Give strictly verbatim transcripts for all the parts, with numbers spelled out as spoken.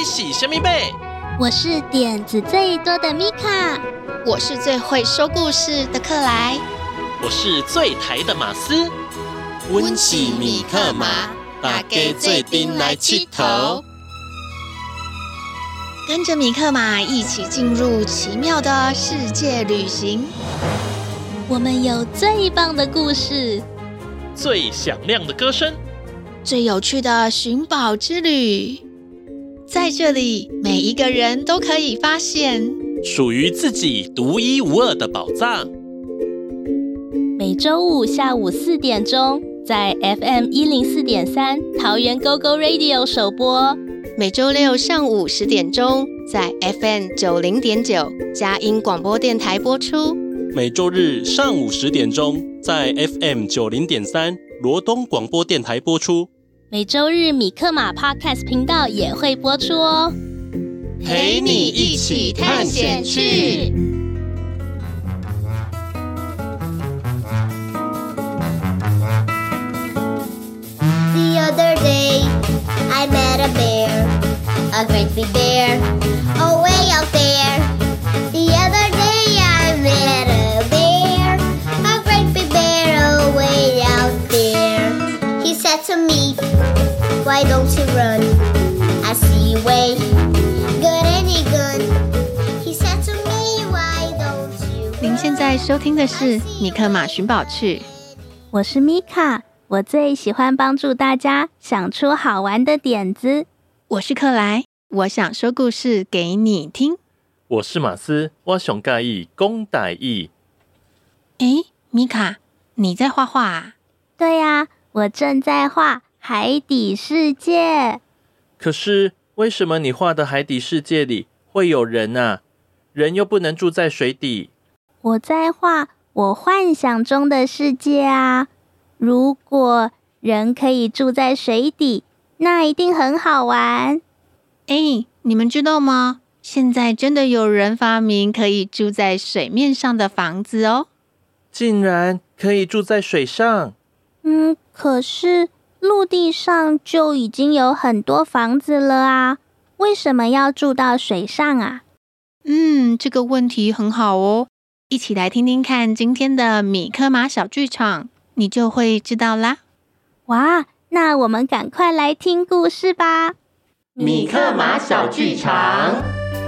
你是什么贝？ 我是点子最多的米卡， 我是最会说故事的克莱， 我是最台的马斯。 阮是米克马，大家做阵来佚佗。 跟着米克马一起进入奇妙的世界旅行。 我们有最棒的故事， 最响亮的歌声， 最有趣的寻宝之旅。在这里，每一个人都可以发现属于自己独一无二的宝藏。 每周五下午四点钟，在 F M 一零四点三 桃园 Go Go Radio 首播； 每周六上午十点钟，在 F M 九零点九佳音广播电台播出； 每周日上午十点钟，在 F M 九零点三罗东广播电台播出； 每周日米克马 Podcast 频道也会播出哦， 陪你一起探险去。 The other day, I met a bear, a great big bear, away out there. The other day, I met a bear, a great big bear, away out there. He said to me, why don't you run? I see you way, good any good. He said to me, why don't you run? 您现在收听的是米克马寻宝趣， 我是米卡。我最喜欢帮助大家想出好玩的点子。 我是克莱，我想说故事给你听。 我是马斯，我想介意讲台语。 诶，米卡，你在画画啊？ 对呀，我正在画海底世界。 可是为什么你画的海底世界里会有人啊？人又不能住在水底。 我在画我幻想中的世界啊。如果人可以住在水底，那一定很好玩。 诶，你们知道吗？现在真的有人发明可以住在水面上的房子哦。 竟然可以住在水上？ 嗯，可是陆地上就已经有很多房子了啊，为什么要住到水上啊？ 嗯，这个问题很好哦。一起来听听看今天的米克马小剧场，你就会知道啦。 哇，那我们赶快来听故事吧。 米克马小剧场。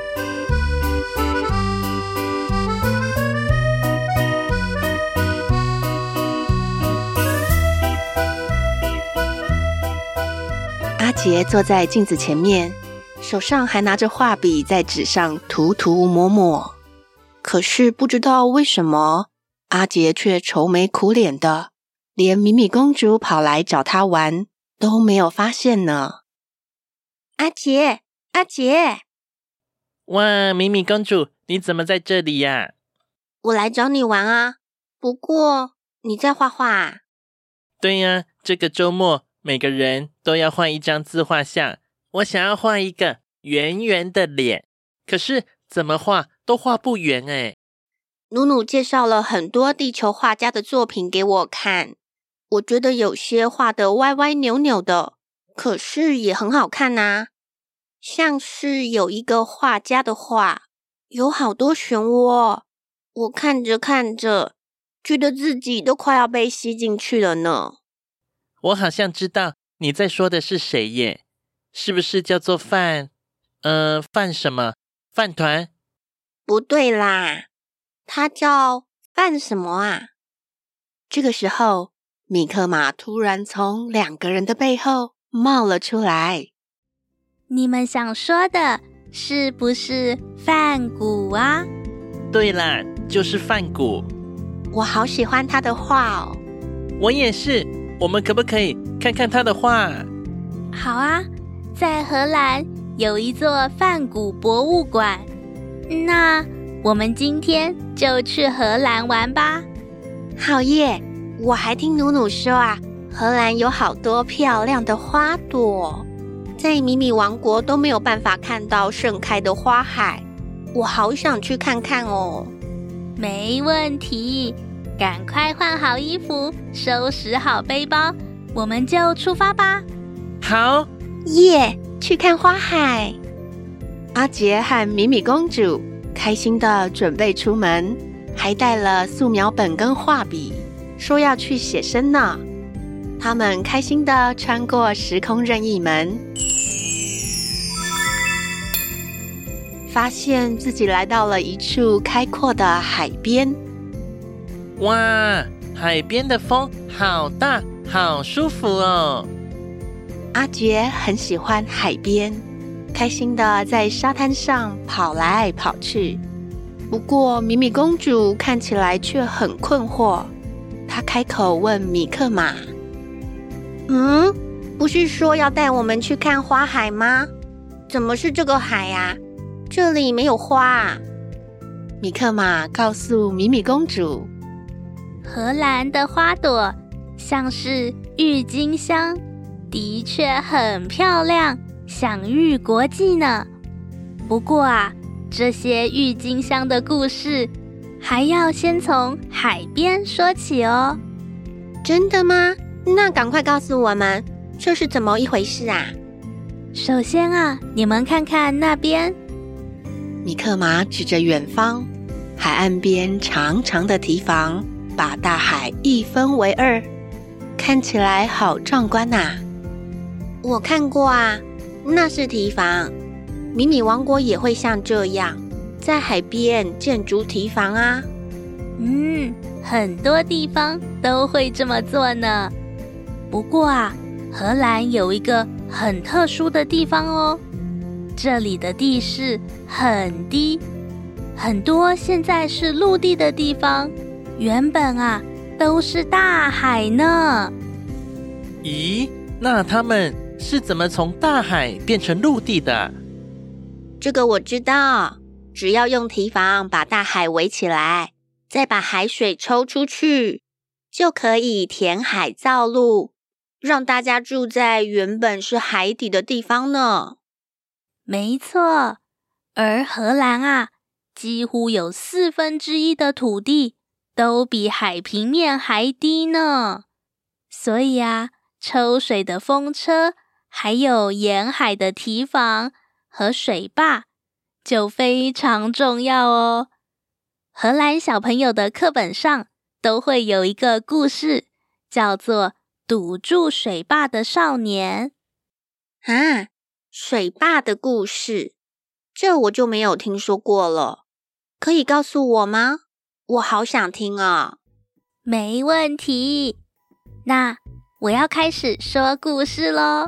阿杰坐在镜子前面，手上还拿着画笔在纸上涂涂抹抹。可是不知道为什么，阿杰却愁眉苦脸的，连米米公主跑来找他玩都没有发现呢。阿杰，阿杰！ 哇，米米公主，你怎么在这里呀？ 我来找你玩啊，不过你在画画啊？ 对呀，这个周末每个人都要画一张自画像，我想要画一个圆圆的脸，可是怎么画都画不圆哎。 努努介绍了很多地球画家的作品给我看，我觉得有些画得歪歪扭扭的，可是也很好看啊。像是有一个画家的画，有好多漩涡，我看着看着，觉得自己都快要被吸进去了呢。 我好像知道你在说的是谁耶，是不是叫做饭呃，饭什么？饭团？ 不对啦，他叫饭什么啊？这个时候，米克马突然从两个人的背后冒了出来。 你们想说的是不是梵谷啊？ 对啦，就是梵谷。 我好喜欢他的画哦。 我也是，我们可不可以看看他的画？ 好啊，在荷兰有一座梵谷博物馆，那我们今天就去荷兰玩吧。 好耶！我还听努努说啊，荷兰有好多漂亮的花朵，在米米王国都没有办法看到盛开的花海，我好想去看看哦。 没问题，赶快换好衣服，收拾好背包，我们就出发吧。 好耶，去看花海。 阿杰和米米公主开心地准备出门，还带了素描本跟画笔，说要去写生呢。他们开心地穿过时空任意门，发现自己来到了一处开阔的海边。 哇，海边的风好大，好舒服哦！ 阿杰很喜欢海边，开心地在沙滩上跑来跑去。不过米米公主看起来却很困惑，她开口问米克玛： 嗯，不是说要带我们去看花海吗？怎么是这个海啊？这里没有花啊。 米克玛告诉米米公主， 荷兰的花朵像是郁金香，的确很漂亮，享誉国际呢。不过啊，这些郁金香的故事还要先从海边说起哦。 真的吗？那赶快告诉我们，这是怎么一回事啊？ 首先啊，你们看看那边。 米克玛指着远方，海岸边长长的堤防把大海一分为二，看起来好壮观啊。 我看过啊，那是堤防。米米王国也会像这样，在海边建筑堤防啊。 嗯，很多地方都会这么做呢。不过啊，荷兰有一个很特殊的地方哦，这里的地势很低，很多现在是陆地的地方，原本啊都是大海呢。 咦，那他们是怎么从大海变成陆地的？ 这个我知道，只要用堤防把大海围起来，再把海水抽出去，就可以填海造陆，让大家住在原本是海底的地方呢。 没错，而荷兰啊，几乎有四分之一的土地都比海平面还低呢。所以啊，抽水的风车，还有沿海的堤防和水坝就非常重要哦。荷兰小朋友的课本上都会有一个故事，叫做堵住水坝的少年。 啊，水坝的故事，这我就没有听说过了，可以告诉我吗？我好想听啊。 没问题，那我要开始说故事咯。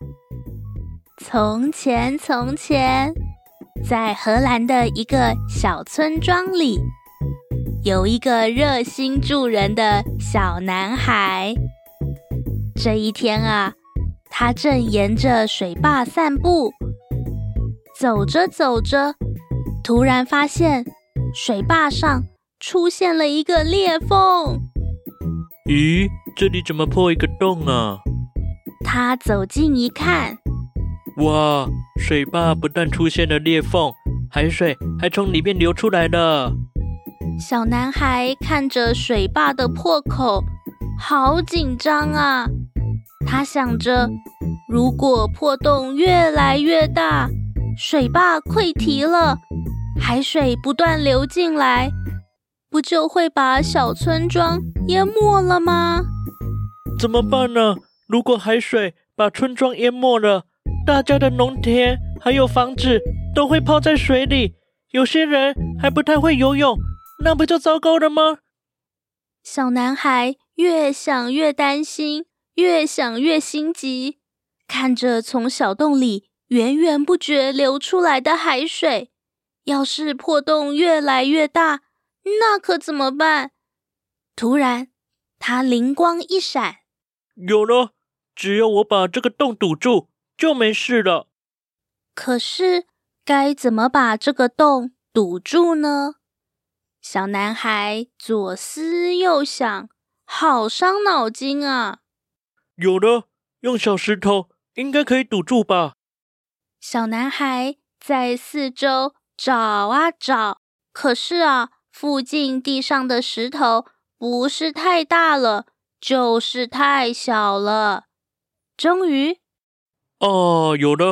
从前从前，在荷兰的一个小村庄里，有一个热心助人的小男孩。这一天啊，他正沿着水坝散步，走着走着，突然发现水坝上出现了一个裂缝。 咦，这里怎么破一个洞啊？ 他走近一看， 哇，水坝不但出现了裂缝，海水还从里面流出来了。 小男孩看着水坝的破口，好紧张啊！他想着，如果破洞越来越大，水坝溃堤了，海水不断流进来，不就会把小村庄淹没了吗？ 怎么办呢？如果海水把村庄淹没了，大家的农田还有房子都会泡在水里，有些人还不太会游泳，那不就糟糕了吗？ 小男孩越想越担心，越想越心急，看着从小洞里源源不绝流出来的海水，要是破洞越来越大，那可怎么办？突然，他灵光一闪， 有了，只要我把这个洞堵住，就没事了。 可是，该怎么把这个洞堵住呢？小男孩左思右想，好伤脑筋啊！ 有了，用小石头应该可以堵住吧？ 小男孩在四周找啊找，可是啊，附近地上的石头不是太大了，就是太小了。终于， 哦，有了，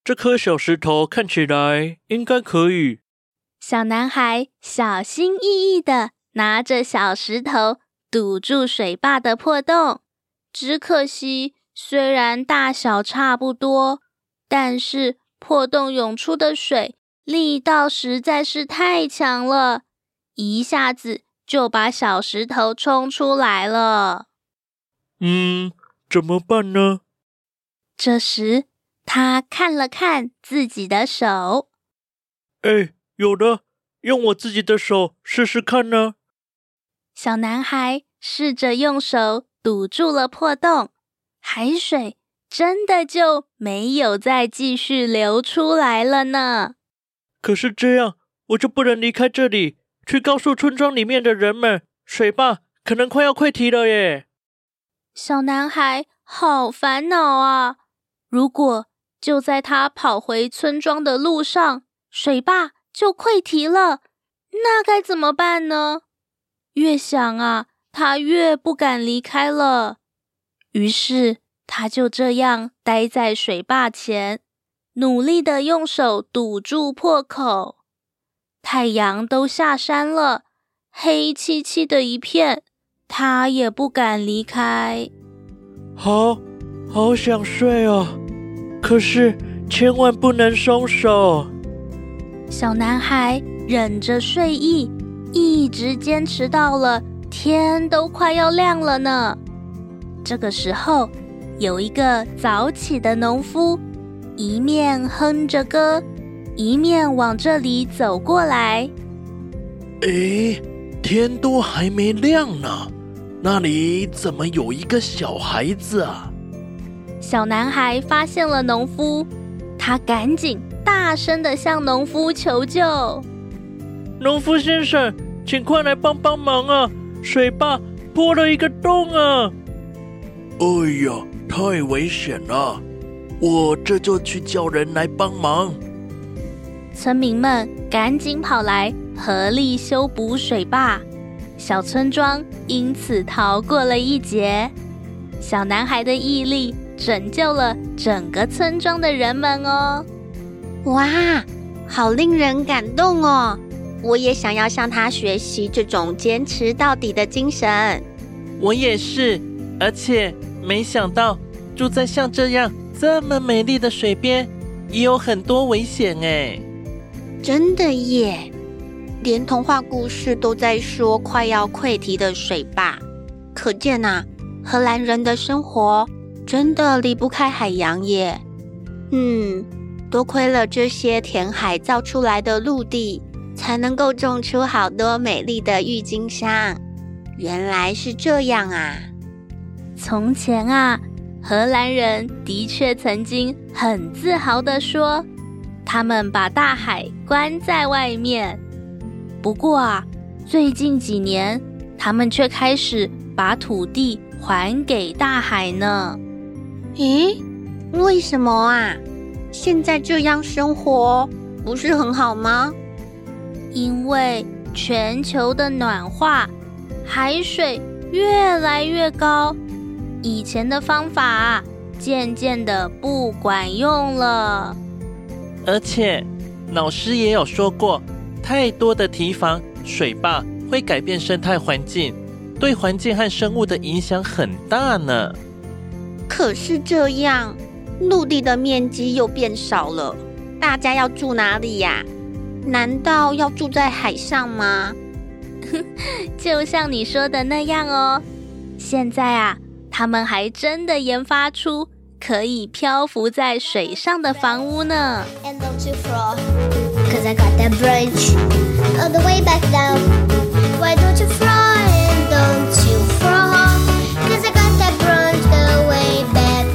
这颗小石头看起来应该可以。 小男孩小心翼翼地拿着小石头堵住水坝的破洞，只可惜虽然大小差不多，但是破洞涌出的水力道实在是太强了，一下子就把小石头冲出来了。 嗯，怎么办呢？ 这时，他看了看自己的手。 哎，有的，用我自己的手试试看呢。 小男孩试着用手堵住了破洞，海水真的就没有再继续流出来了呢。 可是这样，我就不能离开这里，去告诉村庄里面的人们，水坝可能快要溃堤了耶。 小男孩好烦恼啊！如果就在他跑回村庄的路上，水坝就溃堤了，那该怎么办呢？越想啊，他越不敢离开了。于是，他就这样待在水坝前，努力地用手堵住破口。太阳都下山了，黑漆漆的一片，他也不敢离开。 好，好想睡哦，可是千万不能松手。 小男孩忍着睡意，一直坚持到了天都快要亮了呢。这个时候，有一个早起的农夫，一面哼着歌，一面往这里走过来。 诶，天都还没亮呢，那里怎么有一个小孩子啊？ 小男孩发现了农夫，他赶紧大声地向农夫求救。 农夫先生，请快来帮帮忙啊！水坝破了一个洞啊！ 哎呀，太危险了，我这就去叫人来帮忙。 村民们赶紧跑来合力修补水坝，小村庄因此逃过了一劫。小男孩的毅力拯救了整个村庄的人们哦！ 哇，好令人感动哦！我也想要向他学习这种坚持到底的精神。 我也是，而且没想到住在像这样这么美丽的水边，也有很多危险哎。 真的耶，连童话故事都在说快要溃堤的水坝，可见啊，荷兰人的生活真的离不开海洋耶。嗯，多亏了这些填海造出来的陆地，才能够种出好多美丽的郁金香。原来是这样啊！ 从前啊，荷兰人的确曾经很自豪地说，他们把大海关在外面。不过啊，最近几年，他们却开始把土地还给大海呢。 咦，为什么啊？现在这样生活不是很好吗？ 因为全球的暖化，海水越来越高，以前的方法啊，渐渐的不管用了。 而且老师也有说过，太多的堤防、水坝会改变生态环境，对环境和生物的影响很大呢。 可是这样，陆地的面积又变少了，大家要住哪里呀？难道要住在海上吗？ 就像你说的那样哦。现在啊，他们还真的研发出可以漂浮在水上的房屋呢。 And don't you froth, 'cause I got that brunch all the way back down. Why don't you froth and don't you froth, 'cause I got that brunch the way back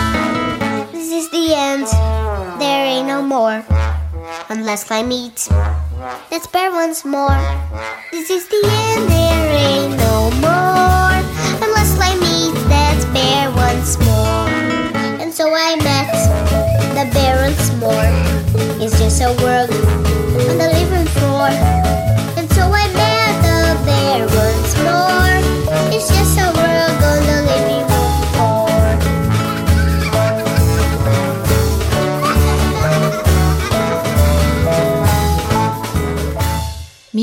down. This is the end, there ain't no more, unless I meet that bear once more. This is the end, there ain't no more, unless I meet that bear once more. And so I met the bear once more. It's just a world on the living floor. And so I met the bear once more. It's just a world on the living floor.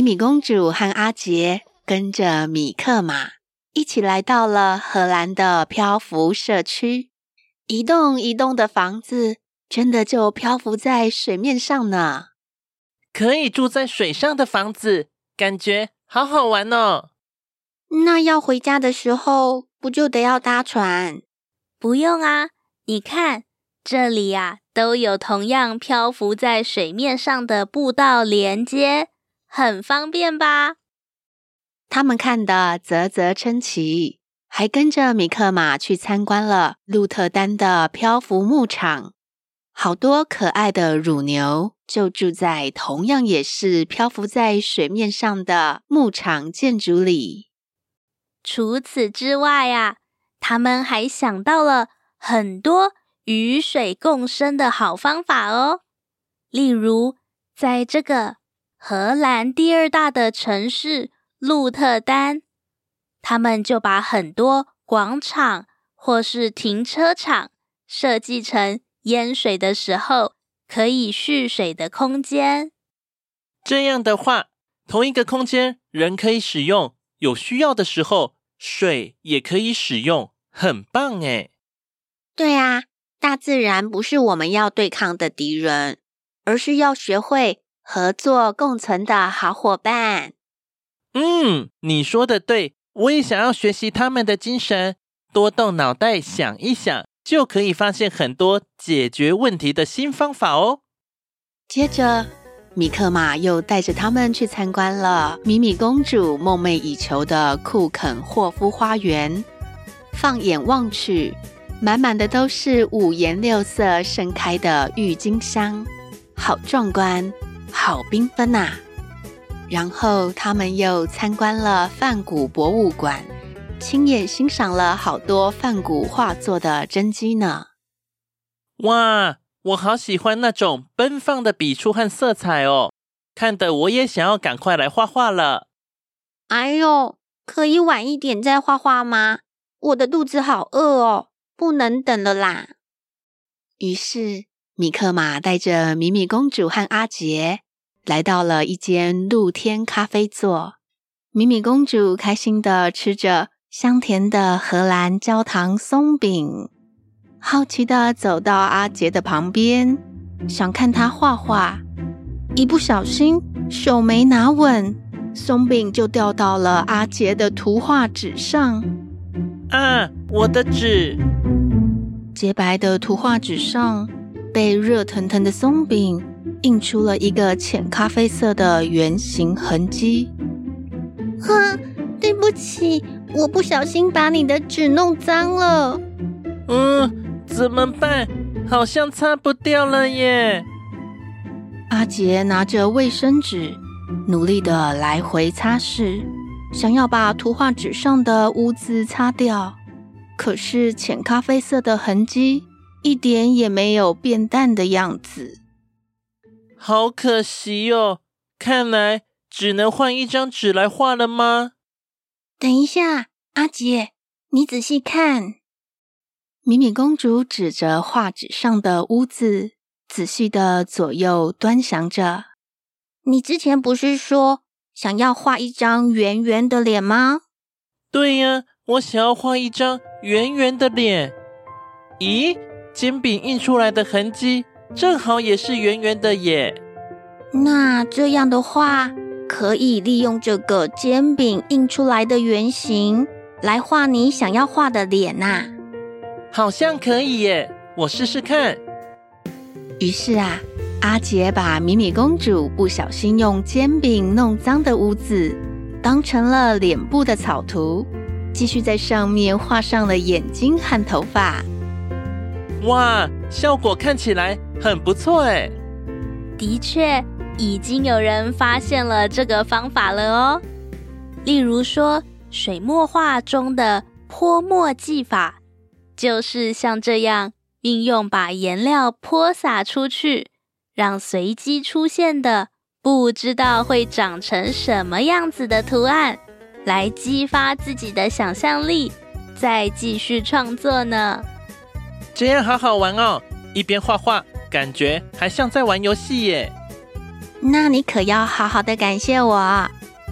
米公主和阿杰跟着米克马一起来到了荷兰的漂浮社区。一栋一栋的房子真的就漂浮在水面上呢。 可以住在水上的房子，感觉好好玩哦。 那要回家的时候，不就得要搭船？ 不用啊，你看，这里啊，都有同样漂浮在水面上的步道连接，很方便吧？ 他们看得啧啧称奇，还跟着米克马去参观了鹿特丹的漂浮牧场。好多可爱的乳牛就住在同样也是漂浮在水面上的牧场建筑里。 除此之外啊，他们还想到了很多与水共生的好方法哦。例如，在这个荷兰第二大的城市鹿特丹，他们就把很多广场或是停车场设计成淹水的时候可以蓄水的空间。 这样的话，同一个空间人可以使用，有需要的时候水也可以使用，很棒耶。 对啊，大自然不是我们要对抗的敌人，而是要学会合作共存的好伙伴。 嗯，你说的对，我也想要学习他们的精神，多动脑袋想一想，就可以发现很多解决问题的新方法哦。 接着，米克马又带着他们去参观了米米公主梦寐以求的库肯霍夫花园。放眼望去，满满的都是五颜六色盛开的郁金香，好壮观，好缤纷啊！然后他们又参观了梵谷博物馆，亲眼欣赏了好多梵谷画作的真迹呢。 哇，我好喜欢那种奔放的笔触和色彩哦，看得我也想要赶快来画画了。 哎呦，可以晚一点再画画吗？我的肚子好饿哦，不能等了啦。 于是米克马带着米米公主和阿杰来到了一间露天咖啡座。米米公主开心地吃着香甜的荷兰焦糖松饼，好奇地走到阿杰的旁边，想看他画画。一不小心手没拿稳，松饼就掉到了阿杰的图画纸上。 啊，我的纸！ 洁白的图画纸上被热腾腾的松饼印出了一个浅咖啡色的圆形痕迹。 哼，对不起，我不小心把你的纸弄脏了。 嗯，怎么办？好像擦不掉了耶。 阿杰拿着卫生纸，努力的来回擦拭，想要把图画纸上的污渍擦掉。可是浅咖啡色的痕迹一点也没有变淡的样子。 好可惜哦，看来只能换一张纸来画了吗？ 等一下，阿杰，你仔细看。 米米公主指着画纸上的污渍，仔细的左右端详着。 你之前不是说想要画一张圆圆的脸吗？ 对呀，我想要画一张圆圆的脸。咦，煎饼印出来的痕迹正好也是圆圆的耶。 那这样的话，可以利用这个煎饼印出来的圆形来画你想要画的脸啊。 好像可以耶，我试试看。 于是啊，阿杰把米米公主不小心用煎饼弄脏的污渍当成了脸部的草图，继续在上面画上了眼睛和头发。 哇，效果看起来很不错耶。 的确，已经有人发现了这个方法了哦。例如说，水墨画中的泼墨技法，就是像这样运用把颜料泼洒出去，让随机出现的不知道会长成什么样子的图案，来激发自己的想象力，再继续创作呢。 这样好好玩哦，一边画画，感觉还像在玩游戏耶。 那你可要好好的感谢我，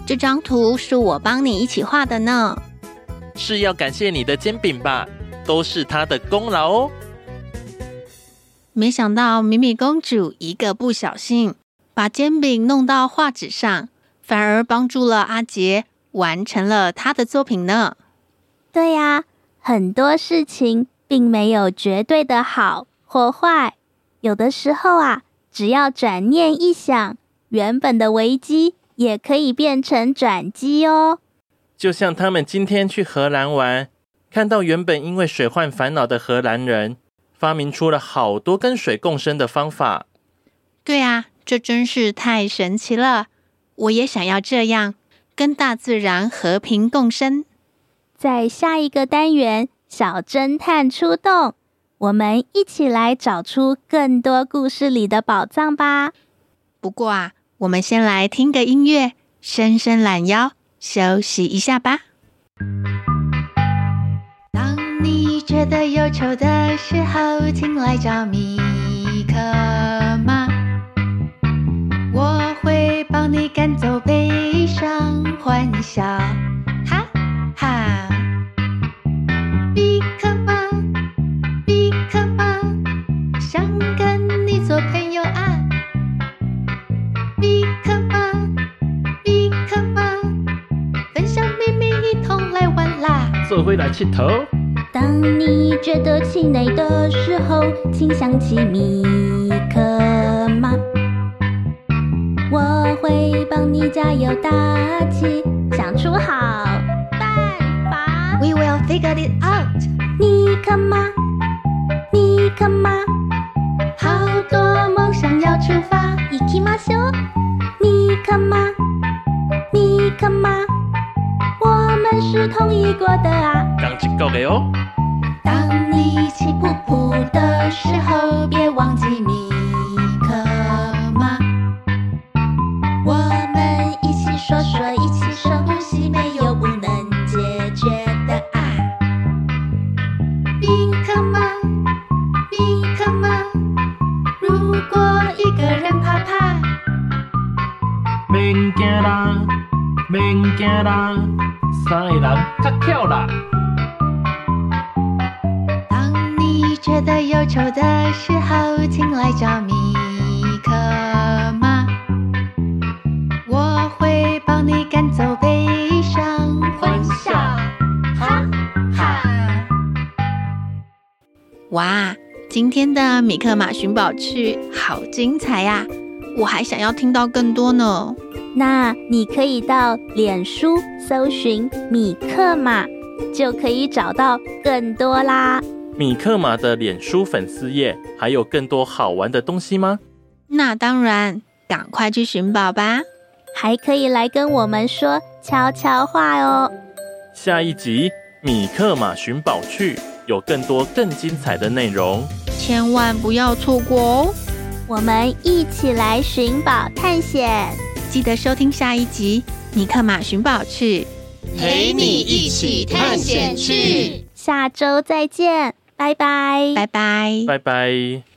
这张图是我帮你一起画的呢。 是要感谢你的煎饼吧？都是他的功劳哦。 没想到米米公主一个不小心，把煎饼弄到画纸上，反而帮助了阿杰完成了他的作品呢。 对呀，很多事情并没有绝对的好或坏，有的时候啊，只要转念一想，原本的危机也可以变成转机哦。 就像他们今天去荷兰玩，看到原本因为水患烦恼的荷兰人，发明出了好多跟水共生的方法。 对啊，这真是太神奇了！我也想要这样，跟大自然和平共生。 在下一个单元，小侦探出动，我们一起来找出更多故事里的宝藏吧。 不过啊，我们先来听个音乐，伸伸懒腰，休息一下吧。当你觉得忧愁的时候，请来找米克马，我会帮你赶走悲伤，欢笑，哈哈。米克马，米克马，想跟你做朋友啊。米克马，米克马，分享秘密，一同来玩啦！ 做回来佚佗。 当你觉得气馁的时候，请想起米克马，我会帮你加油打气，想出好办法。 We will figure it out。 米克马，米克马， 好多梦想要出发。 行きましょう。米克马，米克马，我们是同一国的啊。 刚一国的哦。 当你气噗噗的时候，别忘记米克马， 我们一起说说，一起深呼吸，没有不能解决的啊。 米克马，米克马，如果一个人怕怕， 免惊啦，免惊啦，三个人较巧啦。 当你觉得忧愁的时候，请来找米克马，我会帮你赶走悲伤，欢笑，哈哈。哇，今天的米克马寻宝趣好精彩呀！我还想要听到更多呢。 那你可以到脸书搜寻米克马，就可以找到更多啦。 米克马的脸书粉丝页还有更多好玩的东西吗？ 那当然，赶快去寻宝吧！ 还可以来跟我们说悄悄话哦。 下一集米克马寻宝趣有更多更精彩的内容， 千万不要错过哦！ 我们一起来寻宝探险， 记得收听下一集《米克马寻宝趣》， 陪你一起探险去。 下周再见，拜拜， 拜拜， 拜拜。